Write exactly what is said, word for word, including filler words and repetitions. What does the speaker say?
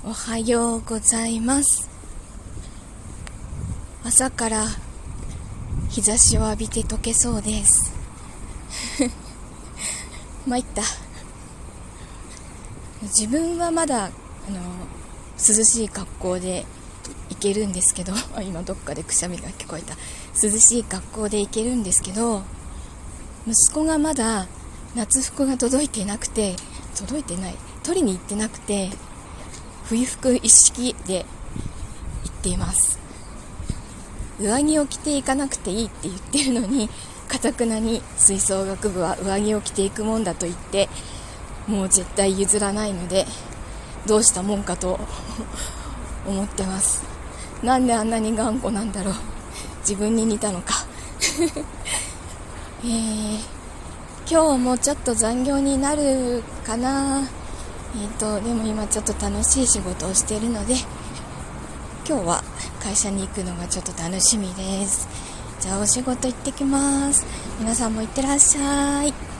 おはようございます。朝から日差しを浴びて溶けそうです参った。自分はまだあの涼しい格好で行けるんですけど今どっかでくしゃみが聞こえた。涼しい格好で行けるんですけど、息子がまだ夏服が届いていなくて届いてない取りに行ってなくて、冬服一式で行っています。上着を着ていかなくていいって言ってるのに、かたくなに吹奏楽部は上着を着ていくもんだと言って、もう絶対譲らないので、どうしたもんかと思ってます。なんであんなに頑固なんだろう。自分に似たのか、えー、今日もちょっと残業になるかな。えーと、でも今ちょっと楽しい仕事をしているので、今日は会社に行くのがちょっと楽しみです。じゃあお仕事行ってきます。皆さんも行ってらっしゃい。